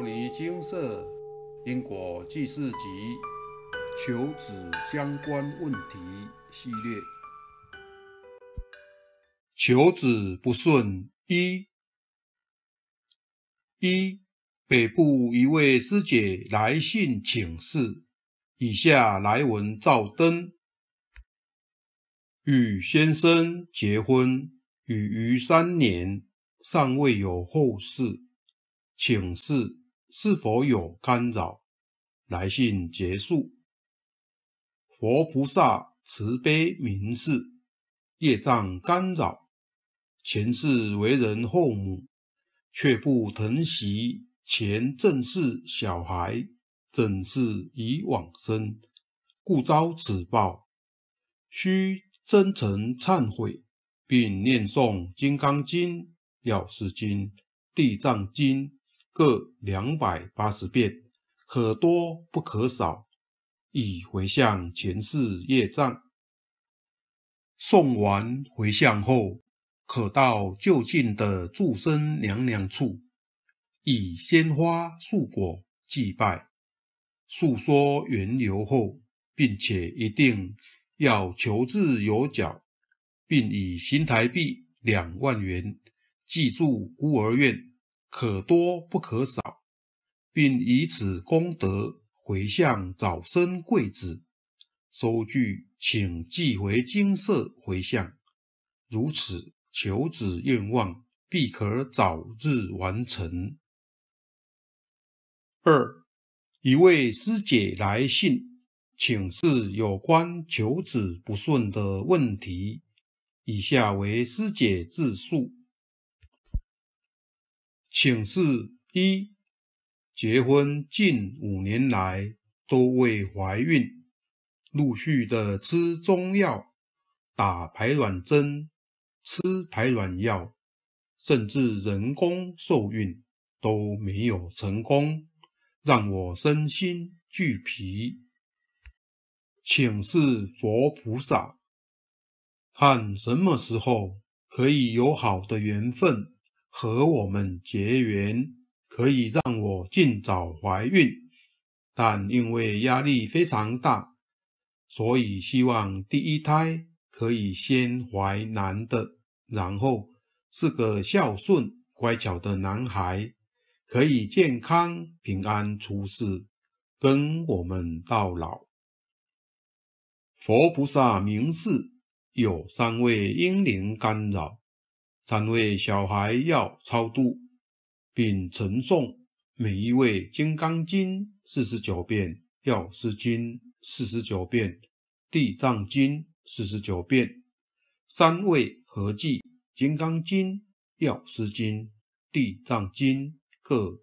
尼精舍因果记事集求子相关问题系列。求子不顺一，北部一位师姐来信请示，以下来文照登。与先生结婚已逾3年，尚未有后事，请示是否有干扰。来信结束。佛菩萨慈悲明示，业障干扰，前世为人后母，却不疼惜前正室小孩，正是已往生，故遭此报，须真诚忏悔，并念诵《金刚经》、《药师经》、《地藏经》各280遍，可多不可少，以回向前世业障。诵完回向后，可到就近的祝生娘娘处，以鲜花素果祭拜，述说缘由后，并且一定要求至有缴，并以新台币2万元寄住孤儿院，可多不可少，并以此功德回向早生贵子，收据请寄回精舍回向，如此求子愿望必可早日完成。2，一位师姐来信请示有关求子不顺的问题，以下为师姐自述。请示1，结婚近5年来都未怀孕，陆续的吃中药、打排卵针、吃排卵药，甚至人工受孕都没有成功，让我身心俱疲。请示佛菩萨，看什么时候可以有好的缘分和我们结缘，可以让我尽早怀孕，但因为压力非常大，所以希望第一胎可以先怀男的，然后是个孝顺乖巧的男孩，可以健康平安出世，跟我们到老。佛菩萨明示，有3位婴灵干扰，3位小孩要超度，并晨诵每一位《金刚经》49遍，药师经49遍，地藏经49遍，3位合计《金刚经》、药师经、地藏经各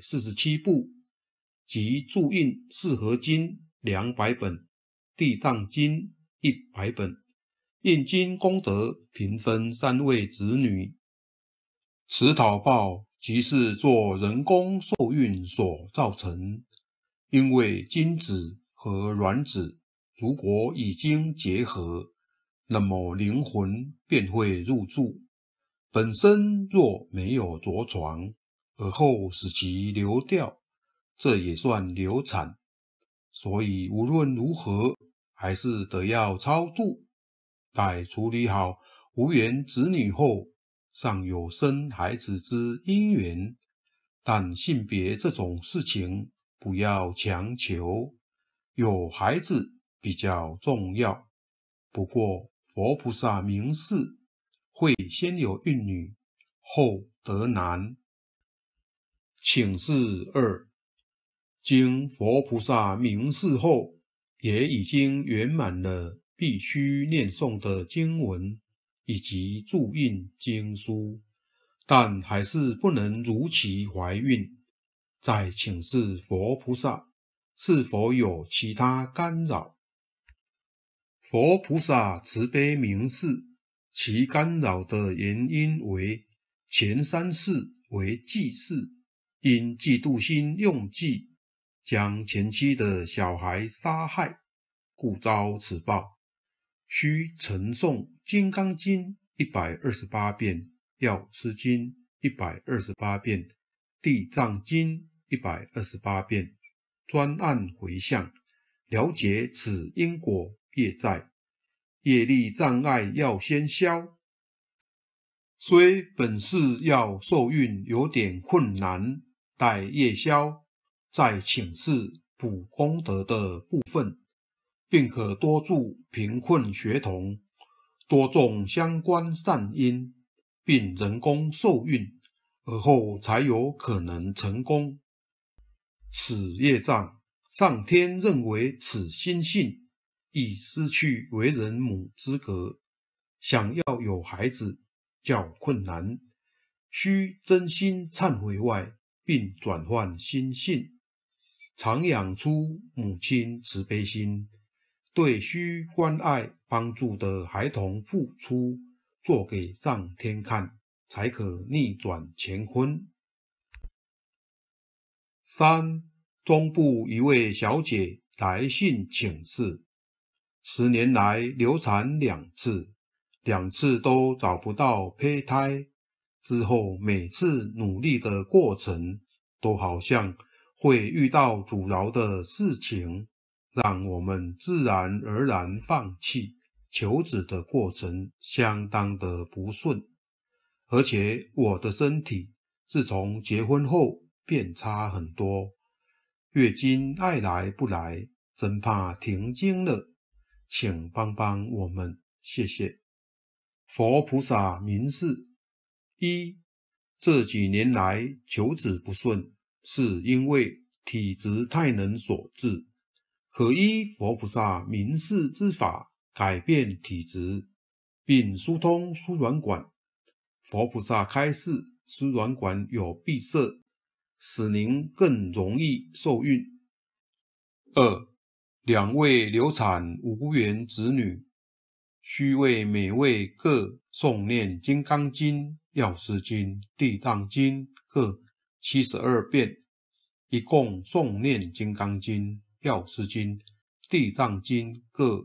147部，及注印四合经200本，地藏经100本，印经功德平分3位子女。此讨报即是做人工受孕所造成，因为精子和卵子如果已经结合，那么灵魂便会入住，本身若没有着床，而后使其流掉，这也算流产，所以无论如何还是得要超度，待处理好无缘子女后，尚有生孩子之因缘，但性别这种事情不要强求，有孩子比较重要。不过佛菩萨明示，会先有孕女，后得男。请示2，经佛菩萨明示后，也已经圆满了必须念诵的经文以及注印经书，但还是不能如期怀孕。再请示佛菩萨，是否有其他干扰？佛菩萨慈悲明示，其干扰的原因为前3世为祭祀，因嫉妒心用计，将前妻的小孩杀害，故遭此报。须晨诵《金刚经》128遍，药师经128遍，地藏经 128遍，专案回向，了解此因果业债，业力障碍要先消。虽本事要受孕有点困难，待业消，再请示补功德的部分，并可多助贫困学童，多种相关善因，并人工受孕，而后才有可能成功。此业障，上天认为此心性已失去为人母资格，想要有孩子较困难，需真心忏悔外，并转换心性，常养出母亲慈悲心，对需关爱帮助的孩童付出，做给上天看，才可逆转乾坤。3. 中部一位小姐来信请示，10年来流产2次，2次都找不到胚胎，之后每次努力的过程，都好像会遇到阻挠的事情，让我们自然而然放弃求子的过程，相当的不顺。而且我的身体自从结婚后变差很多，月经爱来不来，真怕停经了，请帮帮我们，谢谢。佛菩萨明示：1. 这几年来求子不顺，是因为体质太能所致，可依佛菩萨明示之法改变体质，并疏通输卵管。佛菩萨开示，输卵管有闭塞，使您更容易受孕。2. 2位流产无缘子女，须为每位各诵念金刚经、药师经、地藏经各72遍，一共诵念金刚经、药师经、地藏经各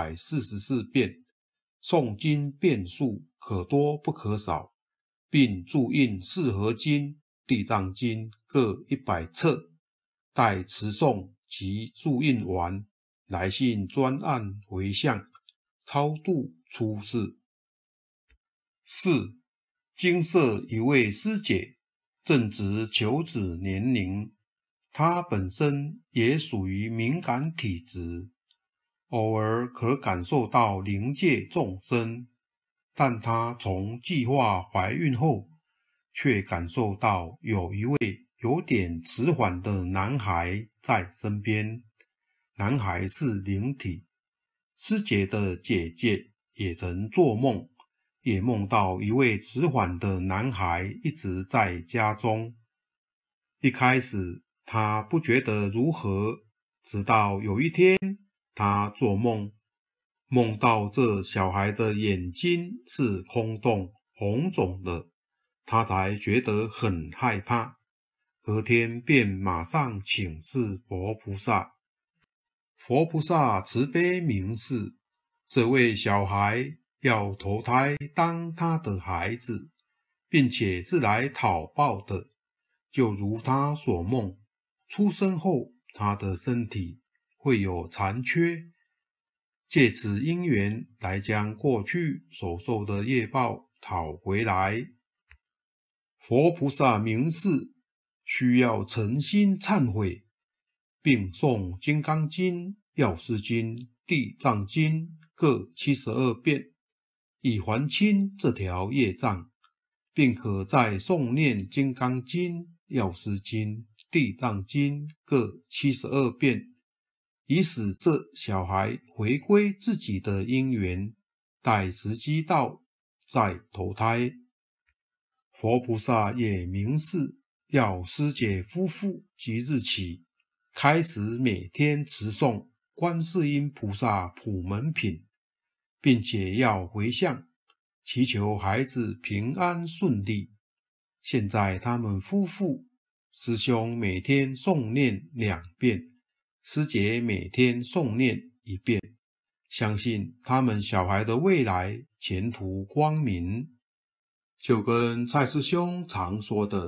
144遍，诵经遍数可多不可少，并注印四合经、地藏经各100册，待持诵及注印完，来信专案回向，超度出世。4. 精舍一位师姐，正值求子年龄，她本身也属于敏感体质，偶尔可感受到灵界众生，但她从计划怀孕后，却感受到有一位有点迟缓的男孩在身边。男孩是灵体，师姐的姐姐也曾做梦，也梦到一位迟缓的男孩一直在家中。一开始她不觉得如何，直到有一天她做梦，梦到这小孩的眼睛是空洞红肿的，她才觉得很害怕。隔天便马上请示佛菩萨。佛菩萨慈悲明示，这位小孩要投胎当他的孩子，并且是来讨报的，就如他所梦，出生后他的身体会有残缺，借此因缘来将过去所受的业报讨回来。佛菩萨明示，需要诚心忏悔，并诵金刚经、药师经、地藏经各72遍，以还清这条业障，并可再诵念金刚经、药师经、地藏经各72遍，以使这小孩回归自己的因缘，待时机到再投胎。佛菩萨也明示，要师姐夫妇即日起开始每天持诵观世音菩萨普门品，并且要回向，祈求孩子平安顺利。现在他们夫妇，师兄每天诵念2遍，师姐每天诵念1遍，相信他们小孩的未来前途光明。就跟蔡师兄常说的，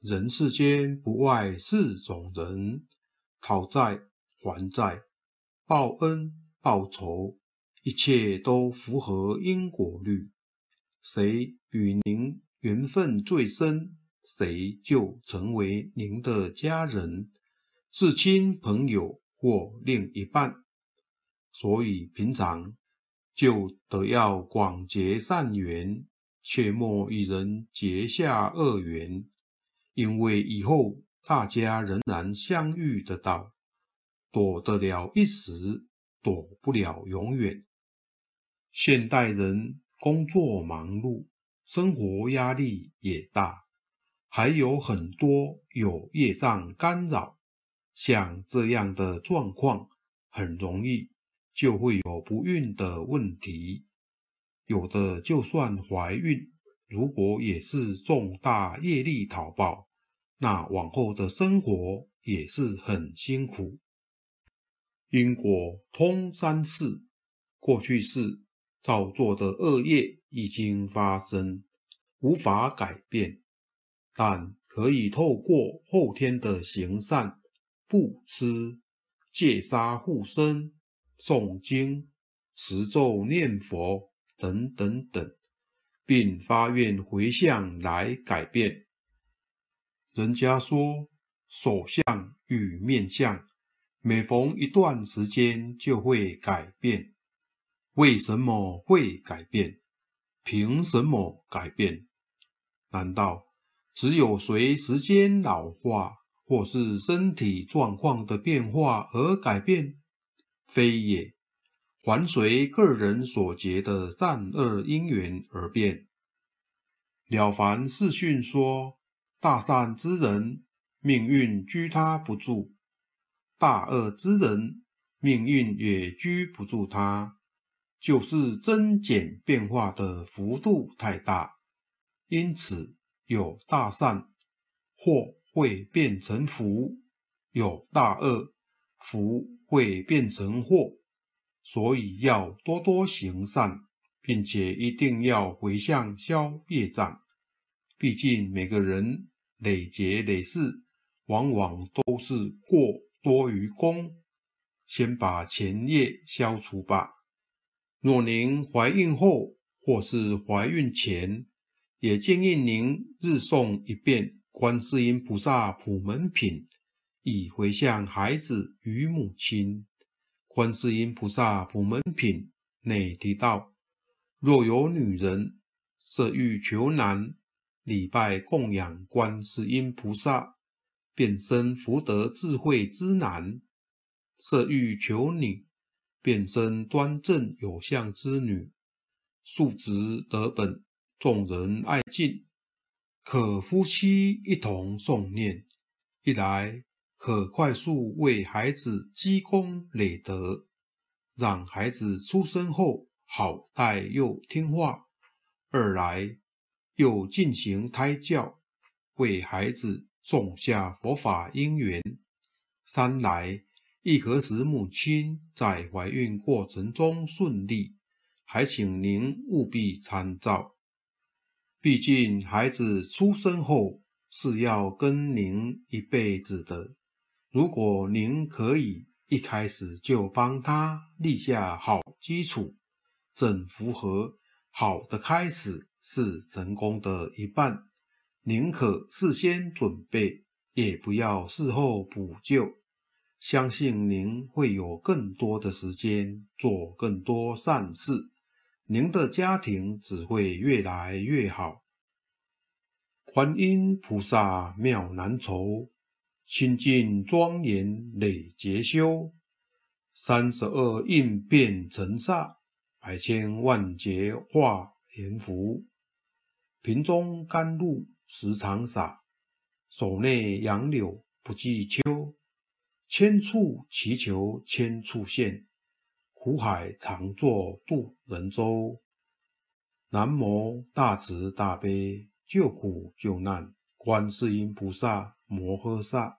人世间不外四种人：讨债、还债、报恩、报仇，一切都符合因果律。谁与您缘分最深，谁就成为您的家人、至亲朋友或另一半。所以平常就得要广结善缘，切莫与人结下恶缘，因为以后大家仍然相遇得到，躲得了一时，躲不了永远。现代人工作忙碌，生活压力也大，还有很多有业障干扰，像这样的状况，很容易就会有不孕的问题。有的就算怀孕，如果也是重大业力讨报，那往后的生活也是很辛苦。因果通三世，过去世造作的恶业已经发生，无法改变，但可以透过后天的行善、布施、戒杀护身、诵经、持咒念佛等等等，并发愿回向来改变。人家说手相与面相每逢一段时间就会改变，为什么会改变？凭什么改变？难道只有随时间老化或是身体状况的变化而改变？非也，还随个人所结的善恶因缘而变。了凡四训说，大善之人，命运居他不住；大恶之人，命运也居不住他，就是增减变化的幅度太大，因此有大善，祸会变成福；有大恶，福会变成祸。所以要多多行善，并且一定要回向消业障。毕竟每个人累劫累世，往往都是过多于功，先把前业消除吧。若您怀孕后或是怀孕前，也建议您日诵一遍观世音菩萨普门品，以回向孩子与母亲。观世音菩萨普门品内提到，若有女人色欲求男，礼拜供养观世音菩萨，便生福德智慧之男；色欲求女，便生端正有相之女，素质得本，众人爱敬。可夫妻一同诵念，一来可快速为孩子积功累德，让孩子出生后好带又听话；二来又进行胎教，为孩子种下佛法因缘；三来亦可使母亲在怀孕过程中顺利，还请您务必参照。毕竟孩子出生后是要跟您一辈子的，如果您可以一开始就帮他立下好基础，正符合好的开始是成功的一半。宁可事先准备，也不要事后补救。相信您会有更多的时间做更多善事，您的家庭只会越来越好。观音菩萨妙难酬，清净庄严累劫修。32应变成煞，百千万劫化阎浮。瓶中甘露时常洒，手内杨柳不计秋。千处祈求千处现，苦海常作渡人舟。南无大慈大悲救苦救难观世音菩萨摩诃萨。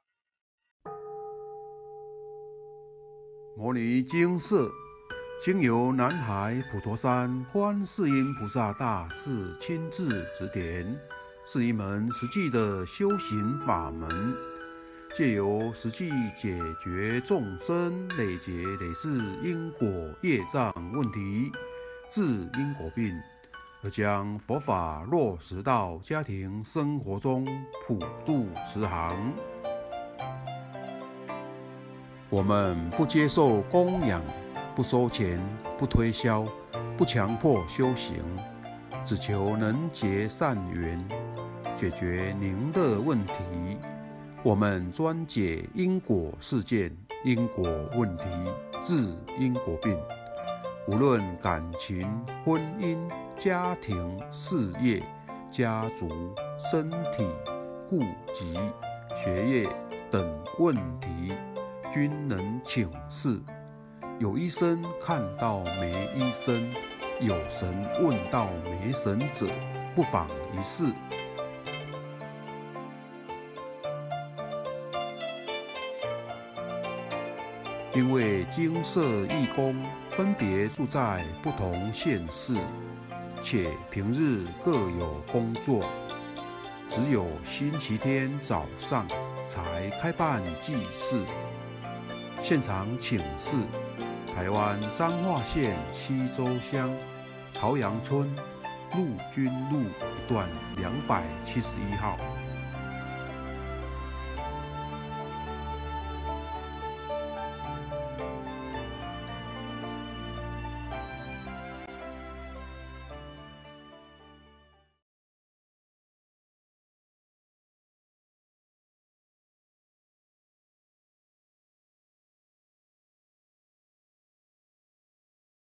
摩尼经释经由南海普陀山观世音菩萨大士亲自指点， 是一门实际的修行法门，借由实际解决众生累劫累世因果业障问题，治因果病，而将佛法落实到家庭生活中，普渡慈航。我们不接受供养，不收钱，不推销，不强迫修行，只求能结善缘，解决您的问题。我们专解因果事件、因果问题，治因果病。无论感情、婚姻、家庭、事业、家族、身体、顾及、学业等问题，均能请示。有医生看到没医生，有神问到没神者，不妨一试。因为精舍义工分别住在不同县市，且平日各有工作，只有星期天早上才开办祭祀。现场请示台湾彰化县溪州乡朝阳村陆军路一段271号。